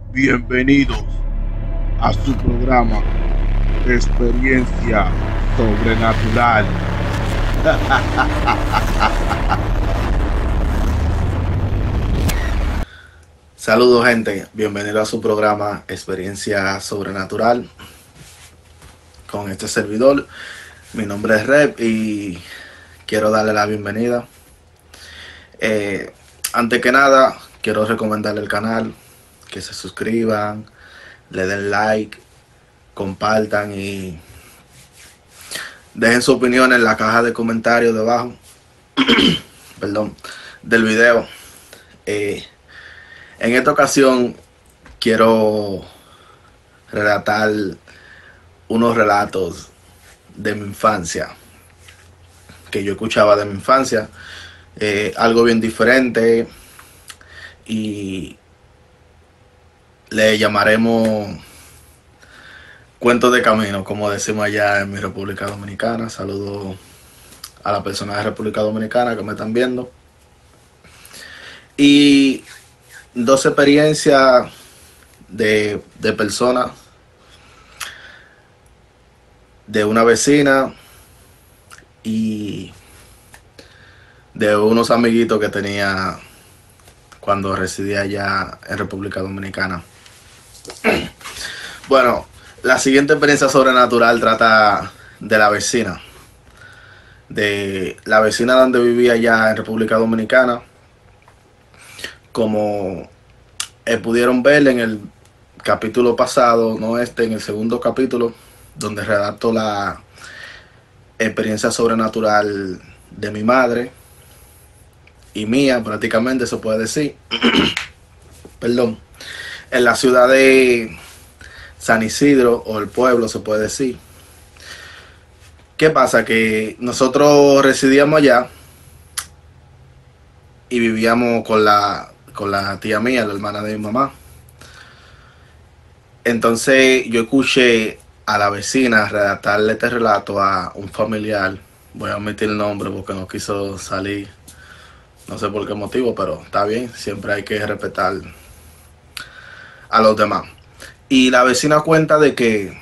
Bienvenidos a su programa Experiencia Sobrenatural. Saludos gente, bienvenido a su programa Experiencia Sobrenatural con este servidor. Mi nombre es Rep y quiero darle la bienvenida. Antes que nada, quiero recomendarle el canal, que se suscriban, le den like, compartan y dejen su opinión en la caja de comentarios debajo perdón, del video. En esta ocasión quiero relatar unos relatos de mi infancia, que yo escuchaba de mi infancia, algo bien diferente, y le llamaremos cuentos de camino, como decimos allá en mi República Dominicana. Saludo a las personas de República Dominicana que me están viendo. Y dos experiencias de personas, de una vecina y de unos amiguitos que tenía cuando residía allá en República Dominicana. Bueno, la siguiente experiencia sobrenatural trata de la vecina donde vivía allá en República Dominicana. Como pudieron ver en el capítulo pasado, no en el segundo capítulo, donde redacto la experiencia sobrenatural de mi madre y mía, prácticamente se puede decir. Perdón. En la ciudad de San Isidro, o el pueblo se puede decir. ¿Qué pasa? Que nosotros residíamos allá y vivíamos con la tía mía, la hermana de mi mamá. Entonces yo escuché a la vecina redactarle este relato a un familiar. Voy a omitir el nombre porque no quiso salir, no sé por qué motivo, pero está bien, siempre hay que respetar a los demás. Y la vecina cuenta de que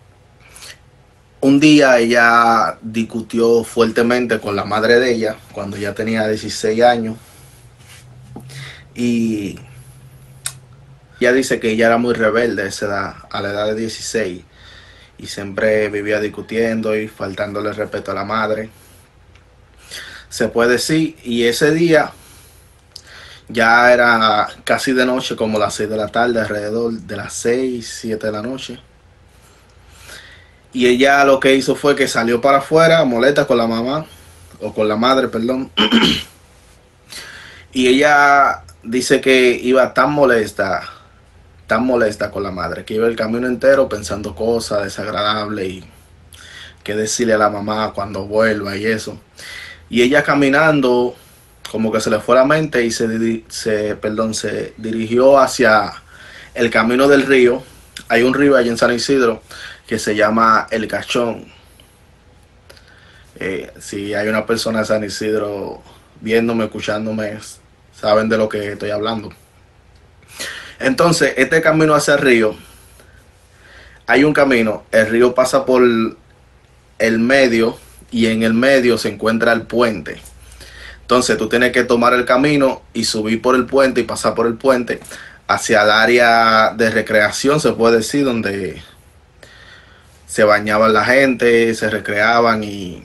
un día ella discutió fuertemente con la madre de ella cuando ella tenía 16 años. Y ella dice que ella era muy rebelde a esa edad, a la edad de 16, y siempre vivía discutiendo y faltándole respeto a la madre, se puede decir. Y ese día ya era casi de noche, como las 6 de la tarde, alrededor de las 6, 7 de la noche. Y ella lo que hizo fue que salió para afuera molesta con la mamá, o con la madre, perdón. Y ella dice que iba tan molesta con la madre, que iba el camino entero pensando cosas desagradables y qué decirle a la mamá cuando vuelva y eso. Y ella caminando, como que se le fue la mente y se dirigió hacia el camino del río. Hay un río allá en San Isidro que se llama El Cachón. Si hay una persona de San Isidro viéndome, escuchándome, saben de lo que estoy hablando. Entonces, este camino hacia el río, hay un camino, el río pasa por el medio y en el medio se encuentra el puente. Entonces tú tienes que tomar el camino y subir por el puente y pasar por el puente hacia el área de recreación, se puede decir, donde se bañaban la gente, se recreaban, y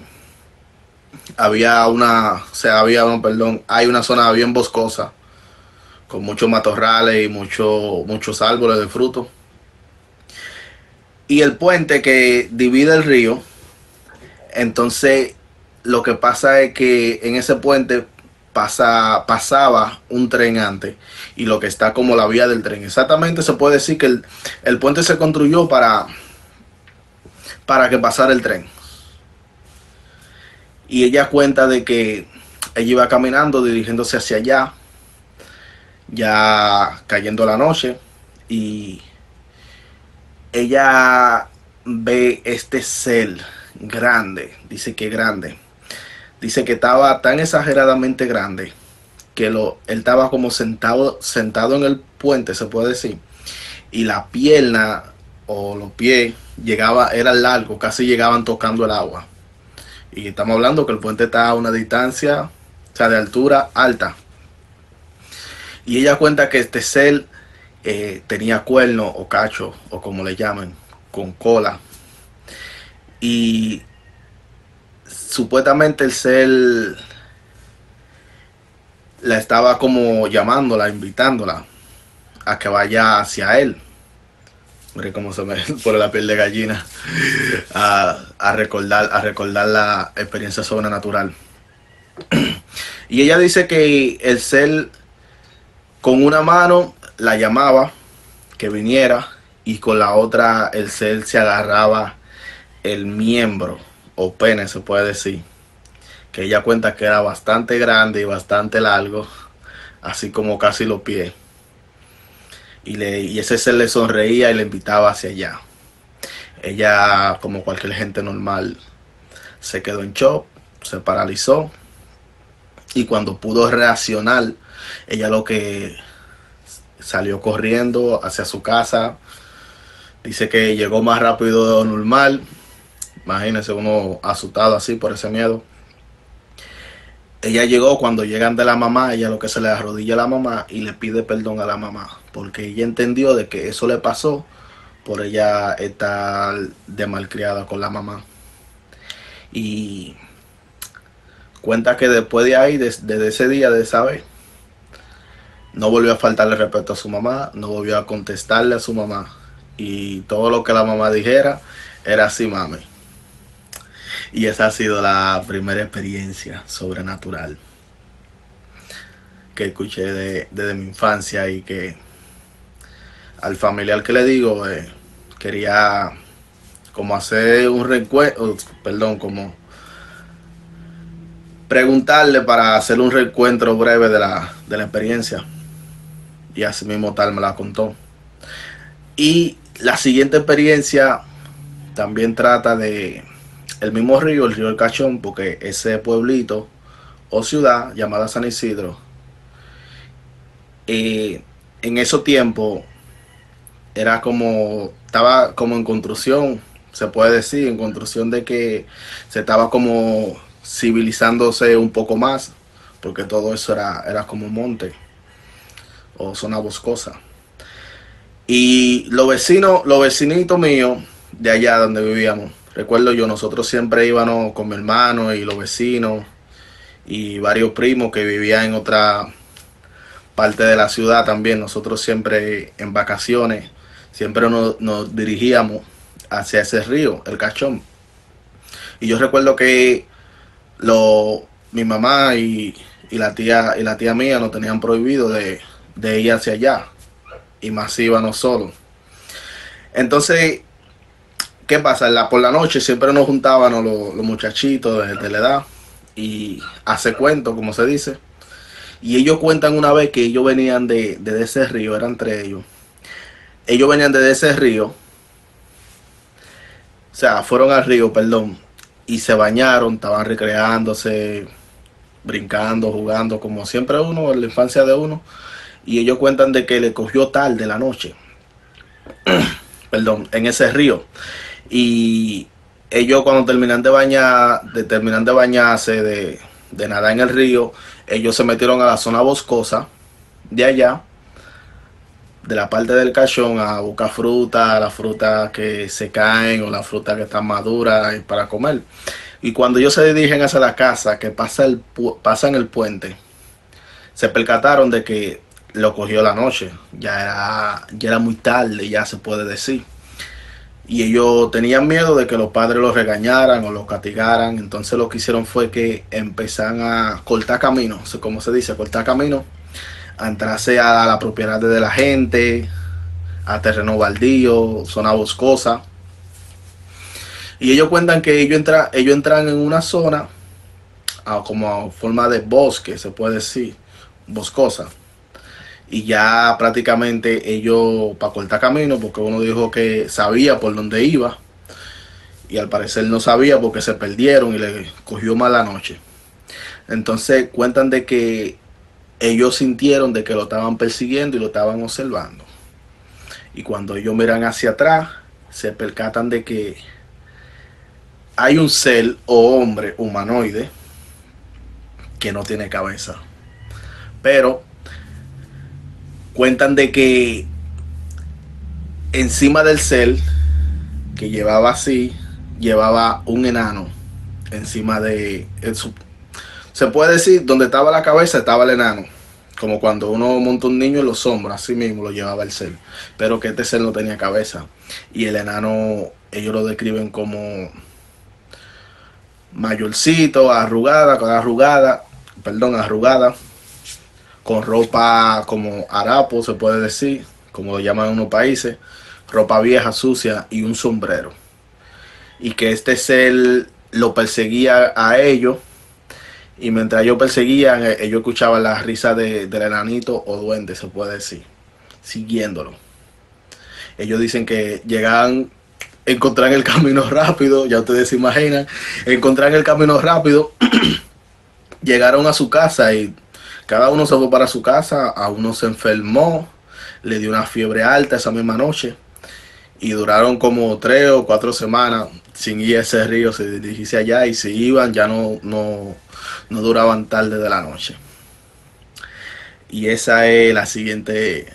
hay una zona bien boscosa con muchos matorrales y muchos árboles de frutos. Y el puente que divide el río, entonces lo que pasa es que en ese puente pasaba un tren antes, y lo que está como la vía del tren. Exactamente se puede decir que el puente se construyó para que pasara el tren. Y ella cuenta de que ella iba caminando, dirigiéndose hacia allá, ya cayendo la noche, y ella ve este ser grande. Dice que grande. Dice que estaba tan exageradamente grande que él estaba como sentado en el puente, se puede decir, y la pierna o los pies eran largos, casi llegaban tocando el agua. Y estamos hablando que el puente está a una distancia, o sea, de altura alta. Y ella cuenta que este ser tenía cuernos o cacho, o como le llaman, con cola. Y supuestamente el ser la estaba como llamándola, invitándola a que vaya hacia él. Mire cómo se me pone la piel de gallina a recordar la experiencia sobrenatural. Y ella dice que el ser con una mano la llamaba que viniera y con la otra el ser se agarraba el miembro o pene, se puede decir, que ella cuenta que era bastante grande y bastante largo, así como casi los pies, y ese ser le sonreía y le invitaba hacia allá. Ella, como cualquier gente normal, se quedó en shock, se paralizó, y cuando pudo reaccionar, ella lo que salió corriendo hacia su casa. Dice que llegó más rápido de lo normal. Imagínense uno asustado así por ese miedo. Ella llegó, cuando llegan de la mamá, ella lo que se le arrodilla a la mamá y le pide perdón a la mamá, porque ella entendió de que eso le pasó por ella estar de malcriada con la mamá. Y cuenta que después de ahí, desde ese día, de esa vez, no volvió a faltarle respeto a su mamá, no volvió a contestarle a su mamá. Y todo lo que la mamá dijera era así, mami. Y esa ha sido la primera experiencia sobrenatural que escuché desde mi infancia, y que al familiar que le digo quería como hacer un reencuentro, perdón, como preguntarle para hacer un reencuentro breve de la experiencia. Y así mismo tal me la contó. Y la siguiente experiencia también trata de el mismo río, el río El Cachón, porque ese pueblito o ciudad llamada San Isidro, en esos tiempos estaba como en construcción, se puede decir, en construcción de que se estaba como civilizándose un poco más, porque todo eso era como monte o zona boscosa. Y los vecinitos míos de allá donde vivíamos, recuerdo yo, nosotros siempre íbamos con mi hermano y los vecinos y varios primos que vivían en otra parte de la ciudad también. Nosotros siempre en vacaciones, siempre nos dirigíamos hacia ese río, el Cachón. Y yo recuerdo que mi mamá y la tía mía nos tenían prohibido de ir hacia allá, y más íbamos solos. Entonces, ¿qué pasa? Por la noche siempre nos juntábamos los muchachitos de la edad y hace cuento, como se dice. Y ellos cuentan una vez que ellos venían de ese río, eran tres ellos. Ellos venían de ese río, o sea, fueron al río, perdón, y se bañaron, estaban recreándose, brincando, jugando, como siempre uno, en la infancia de uno. Y ellos cuentan de que le cogió tarde la noche, perdón, en ese río. Y ellos cuando terminan de bañarse, de nadar en el río, ellos se metieron a la zona boscosa de allá, de la parte del Cachón, a buscar fruta, las frutas que se caen o las frutas que están maduras para comer. Y cuando ellos se dirigen hacia la casa, que pasan el puente, se percataron de que lo cogió la noche. Ya era muy tarde, ya se puede decir. Y ellos tenían miedo de que los padres los regañaran o los castigaran. Entonces lo que hicieron fue que empezaron a cortar camino, como se dice, cortar camino, a entrarse a la propiedad de la gente, a terreno baldío, zona boscosa. Y ellos cuentan que ellos entran en una zona como a forma de bosque, se puede decir, boscosa. Y ya prácticamente ellos, para cortar camino, porque uno dijo que sabía por dónde iba, y al parecer no sabía porque se perdieron y le cogió mala noche. Entonces cuentan de que ellos sintieron de que lo estaban persiguiendo y lo estaban observando. Y cuando ellos miran hacia atrás, se percatan de que hay un ser o hombre humanoide que no tiene cabeza. Pero cuentan de que encima del ser que llevaba así, llevaba un enano encima de su, se puede decir, donde estaba la cabeza estaba el enano, como cuando uno monta un niño en los hombros, así mismo lo llevaba el ser, pero que este ser no tenía cabeza. Y el enano ellos lo describen como mayorcito, arrugada, con ropa como harapo, se puede decir, como lo llaman en unos países, ropa vieja, sucia y un sombrero. Y que este ser lo perseguía a ellos, y mientras ellos perseguían, ellos escuchaban las risas del enanito o duende, se puede decir, siguiéndolo. Ellos dicen que llegaban, encontraron el camino rápido, ya ustedes se imaginan, encontraron el camino rápido, llegaron a su casa y cada uno se fue para su casa, a uno se enfermó, le dio una fiebre alta esa misma noche y duraron como 3 o 4 semanas sin ir a ese río, se dirigirse allá, y si iban ya no duraban tarde de la noche. Y esa es la siguiente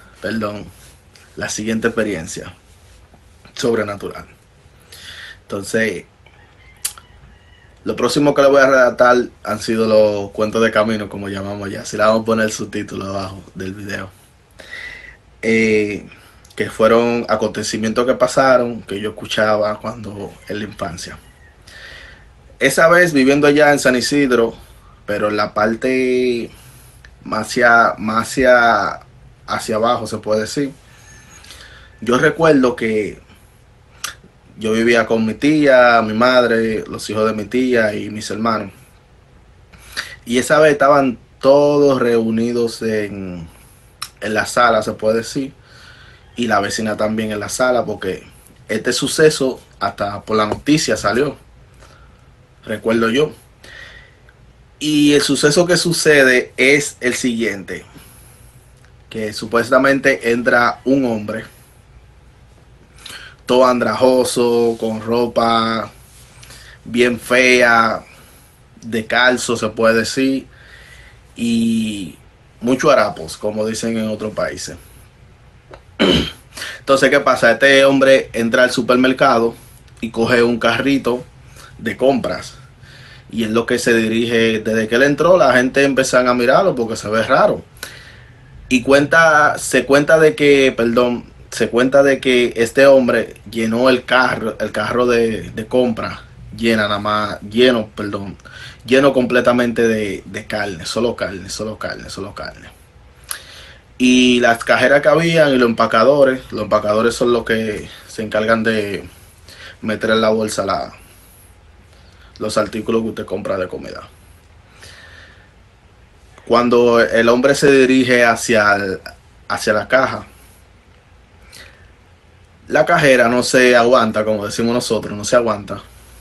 experiencia sobrenatural. Entonces, lo próximo que le voy a redactar han sido los cuentos de camino, como llamamos ya. Si le vamos a poner el subtítulo abajo del video. Que fueron acontecimientos que pasaron, que yo escuchaba cuando en la infancia. Esa vez viviendo allá en San Isidro, pero en la parte más hacia abajo, se puede decir. Yo recuerdo que yo vivía con mi tía, mi madre, los hijos de mi tía y mis hermanos. Y esa vez estaban todos reunidos en la sala, se puede decir. Y la vecina también en la sala, porque este suceso hasta por la noticia salió, recuerdo yo. Y el suceso que sucede es el siguiente: que supuestamente entra un hombre todo andrajoso, con ropa bien fea, descalzo, se puede decir, y muchos harapos, como dicen en otros países. Entonces, ¿qué pasa? Este hombre entra al supermercado y coge un carrito de compras. Y es lo que se dirige, desde que él entró, la gente empiezan a mirarlo porque se ve raro. Y se cuenta de que este hombre llenó el carro de compra, lleno completamente de carne, solo carne. Y las cajeras que habían y los empacadores son los que se encargan de meter en la bolsa los artículos que usted compra de comida. Cuando el hombre se dirige hacia la caja, la cajera no se aguanta, como decimos nosotros, no se aguanta.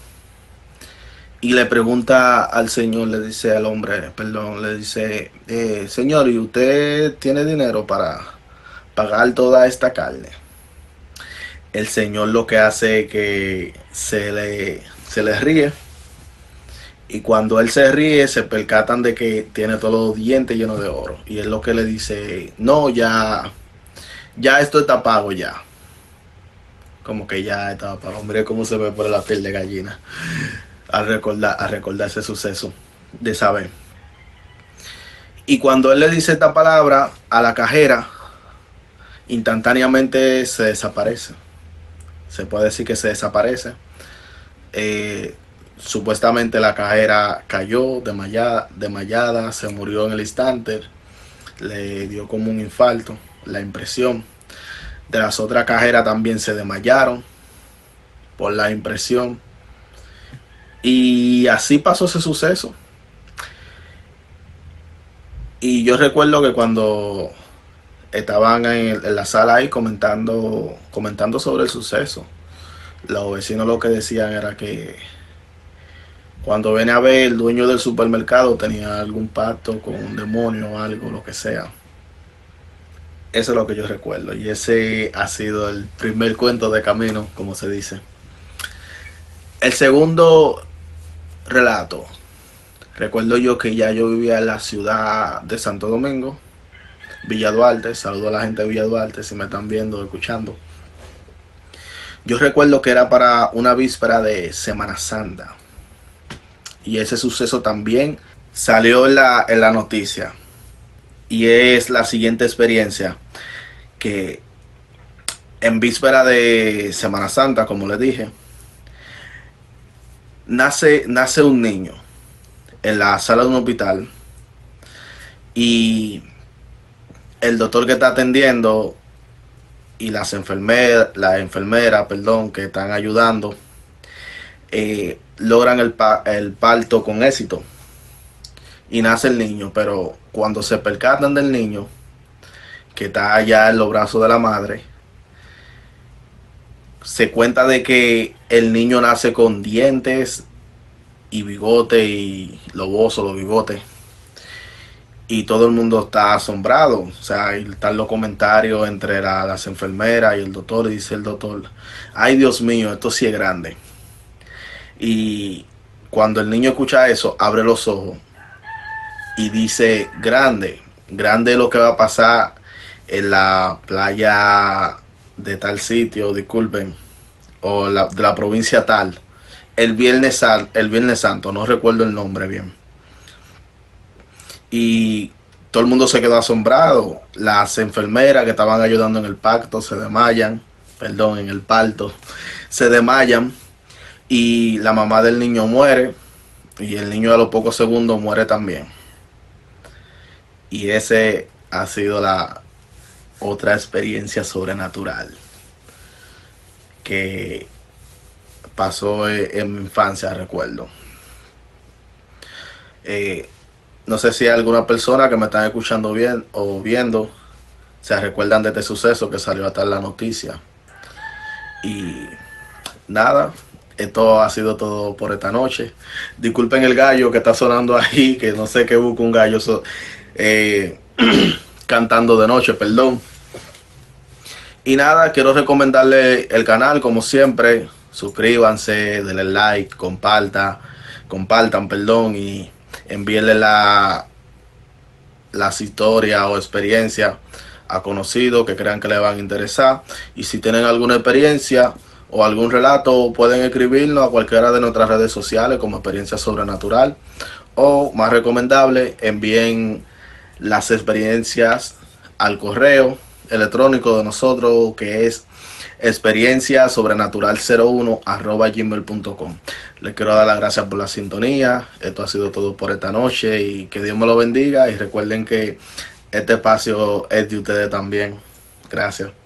Y le pregunta al señor, le dice al hombre, le dice, señor, ¿y usted tiene dinero para pagar toda esta carne? El señor lo que hace es que se le ríe. Y cuando él se ríe, se percatan de que tiene todos los dientes llenos de oro. Y él lo que le dice, no, ya esto está pago ya. Como que ya estaba pago. Hombre, cómo se me pone la piel de gallina al recordar ese suceso de saber. Y cuando él le dice esta palabra a la cajera, instantáneamente se desaparece. Se puede decir que se desaparece. Supuestamente la cajera cayó desmayada, se murió en el instante, le dio como un infarto, la impresión. De las otras cajeras también se desmayaron por la impresión. Y así pasó ese suceso. Y yo recuerdo que cuando estaban en la sala ahí comentando sobre el suceso, los vecinos lo que decían era que cuando viene a ver, el dueño del supermercado tenía algún pacto con un demonio o algo, lo que sea. Eso es lo que yo recuerdo. Y ese ha sido el primer cuento de camino, como se dice. El segundo relato. Recuerdo yo que ya yo vivía en la ciudad de Santo Domingo, Villa Duarte. Saludo a la gente de Villa Duarte si me están viendo o escuchando. Yo recuerdo que era para una víspera de Semana Santa. Y ese suceso también salió en la noticia. Y es la siguiente experiencia. Que en víspera de Semana Santa, como les dije, nace un niño en la sala de un hospital. Y el doctor que está atendiendo y la enfermera, perdón, que están ayudando, logran el parto con éxito y nace el niño. Pero cuando se percatan del niño que está allá en los brazos de la madre, se cuenta de que el niño nace con dientes y bigote y loboso, los bigotes. Y todo el mundo está asombrado. O sea, están los comentarios entre las enfermeras y el doctor. Y dice el doctor: ay, Dios mío, esto sí es grande. Y cuando el niño escucha eso, abre los ojos y dice: grande, grande es lo que va a pasar en la playa de tal sitio, disculpen, o de la provincia tal, el Viernes Santo, no recuerdo el nombre bien. Y todo el mundo se quedó asombrado. Las enfermeras que estaban ayudando en el parto se desmayan, perdón, en el parto, se desmayan. Y la mamá del niño muere. Y el niño a los pocos segundos muere también. Y ese ha sido la otra experiencia sobrenatural que pasó en mi infancia, recuerdo. No sé si hay alguna persona que me están escuchando bien o viendo se recuerdan de este suceso que salió hasta en la noticia. Y nada, esto ha sido todo por esta noche. Disculpen el gallo que está sonando ahí, que no sé qué busca un gallo cantando de noche, perdón. Y nada, quiero recomendarle el canal como siempre. Suscríbanse, denle like, compartan, perdón, y envíenle las historias o experiencias a conocidos que crean que les van a interesar. Y si tienen alguna experiencia o algún relato, pueden escribirnos a cualquiera de nuestras redes sociales como Experiencia Sobrenatural. O más recomendable, envíen las experiencias al correo electrónico de nosotros, que es experienciasobrenatural01@gmail.com. Les quiero dar las gracias por la sintonía. Esto ha sido todo por esta noche y que Dios me lo bendiga. Y recuerden que este espacio es de ustedes también. Gracias.